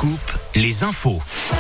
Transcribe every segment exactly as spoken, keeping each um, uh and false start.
Scoop, les infos.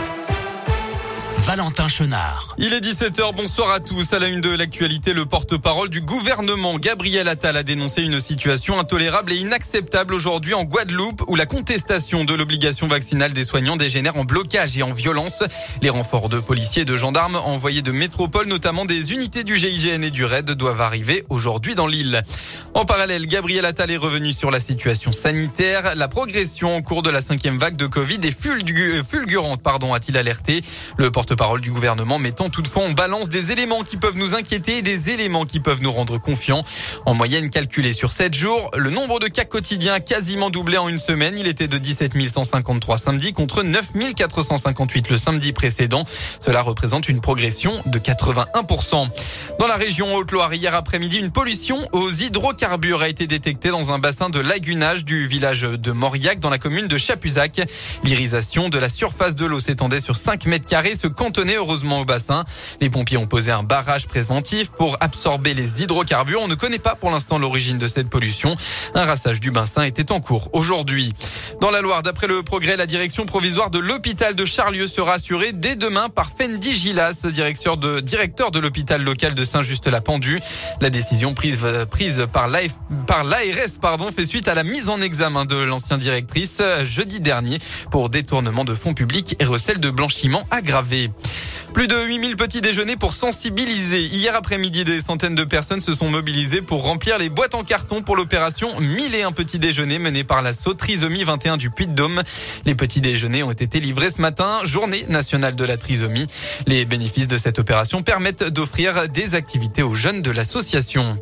Valentin Chenard. Il est dix-sept heures, bonsoir à tous. À la une de l'actualité, le porte-parole du gouvernement, Gabriel Attal, a dénoncé une situation intolérable et inacceptable aujourd'hui en Guadeloupe, où la contestation de l'obligation vaccinale des soignants dégénère en blocage et en violence. Les renforts de policiers et de gendarmes envoyés de métropole, notamment des unités du G I G N et du R A I D, doivent arriver aujourd'hui dans l'île. En parallèle, Gabriel Attal est revenu sur la situation sanitaire. La progression en cours de la cinquième vague de Covid est fulgu- fulgurante, pardon, a-t-il alerté. Le porte-parole du gouvernement mettant toutefois en balance des éléments qui peuvent nous inquiéter et des éléments qui peuvent nous rendre confiants. En moyenne calculée sur sept jours, le nombre de cas quotidiens a quasiment doublé en une semaine. Il était de dix-sept mille cent cinquante-trois samedi contre neuf mille quatre cent cinquante-huit le samedi précédent. Cela représente une progression de quatre-vingt-un pour cent. Dans la région Haute-Loire, hier après-midi, une pollution aux hydrocarbures a été détectée dans un bassin de lagunage du village de Mauriac dans la commune de Chapuzac. L'irisation de la surface de l'eau s'étendait sur cinq mètres carrés, se cantonnait heureusement au bassin. Les pompiers ont posé un barrage préventif pour absorber les hydrocarbures. On ne connaît pas pour l'instant l'origine de cette pollution. Un rassage du bassin était en cours aujourd'hui. Dans la Loire, d'après le Progrès, la direction provisoire de l'hôpital de Charlieu sera assurée dès demain par Fendi Gilas, directeur de, directeur de l'hôpital local de Saint-Just-la-Pendue. La décision prise, prise par l'A F, par l'A R S, pardon, fait suite à la mise en examen de l'ancienne directrice jeudi dernier pour détournement de fonds publics et recel de blanchiment aggravé. Plus de huit mille petits déjeuners pour sensibiliser. Hier après-midi, des centaines de personnes se sont mobilisées pour remplir les boîtes en carton pour l'opération mille et un petits déjeuners menée par l'assaut Trisomie vingt et un du Puy-de-Dôme. Les petits déjeuners ont été livrés ce matin, journée nationale de la trisomie. Les bénéfices de cette opération permettent d'offrir des activités aux jeunes de l'association.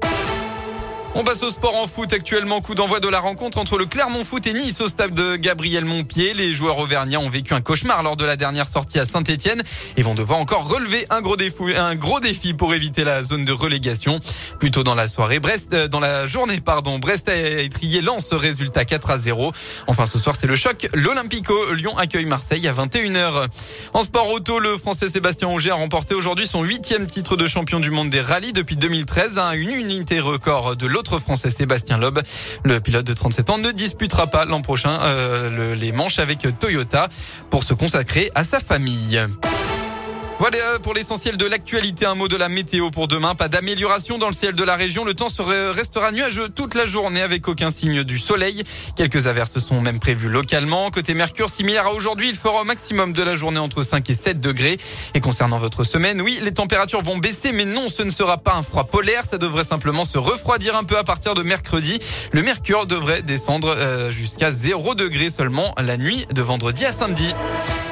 On passe au sport en foot. Actuellement, coup d'envoi de la rencontre entre le Clermont Foot et Nice au stade de Gabriel Montpied. Les joueurs auvergnats ont vécu un cauchemar lors de la dernière sortie à Saint-Etienne et vont devoir encore relever un gros défi, un gros défi pour éviter la zone de relégation. Plus tôt dans la soirée, Brest, dans la journée, pardon, Brest a étrié Lens, ce résultat quatre à zéro. Enfin, ce soir, c'est le choc. L'Olympico Lyon accueille Marseille à vingt et une heures. En sport auto, le Français Sébastien Ogier a remporté aujourd'hui son huitième titre de champion du monde des rallyes depuis deux mille treize, à une unité record de l'autre Français Sébastien Loeb. Le pilote de trente-sept ans ne disputera pas l'an prochain euh, le, les manches avec Toyota pour se consacrer à sa famille. Voilà pour l'essentiel de l'actualité. Un mot de la météo pour demain. Pas d'amélioration dans le ciel de la région. Le temps restera nuageux toute la journée avec aucun signe du soleil. Quelques averses sont même prévues localement. Côté Mercure, similaire à aujourd'hui, il fera au maximum de la journée entre cinq et sept degrés. Et concernant votre semaine, oui, les températures vont baisser, mais non, ce ne sera pas un froid polaire. Ça devrait simplement se refroidir un peu à partir de mercredi. Le mercure devrait descendre jusqu'à zéro degré seulement la nuit de vendredi à samedi.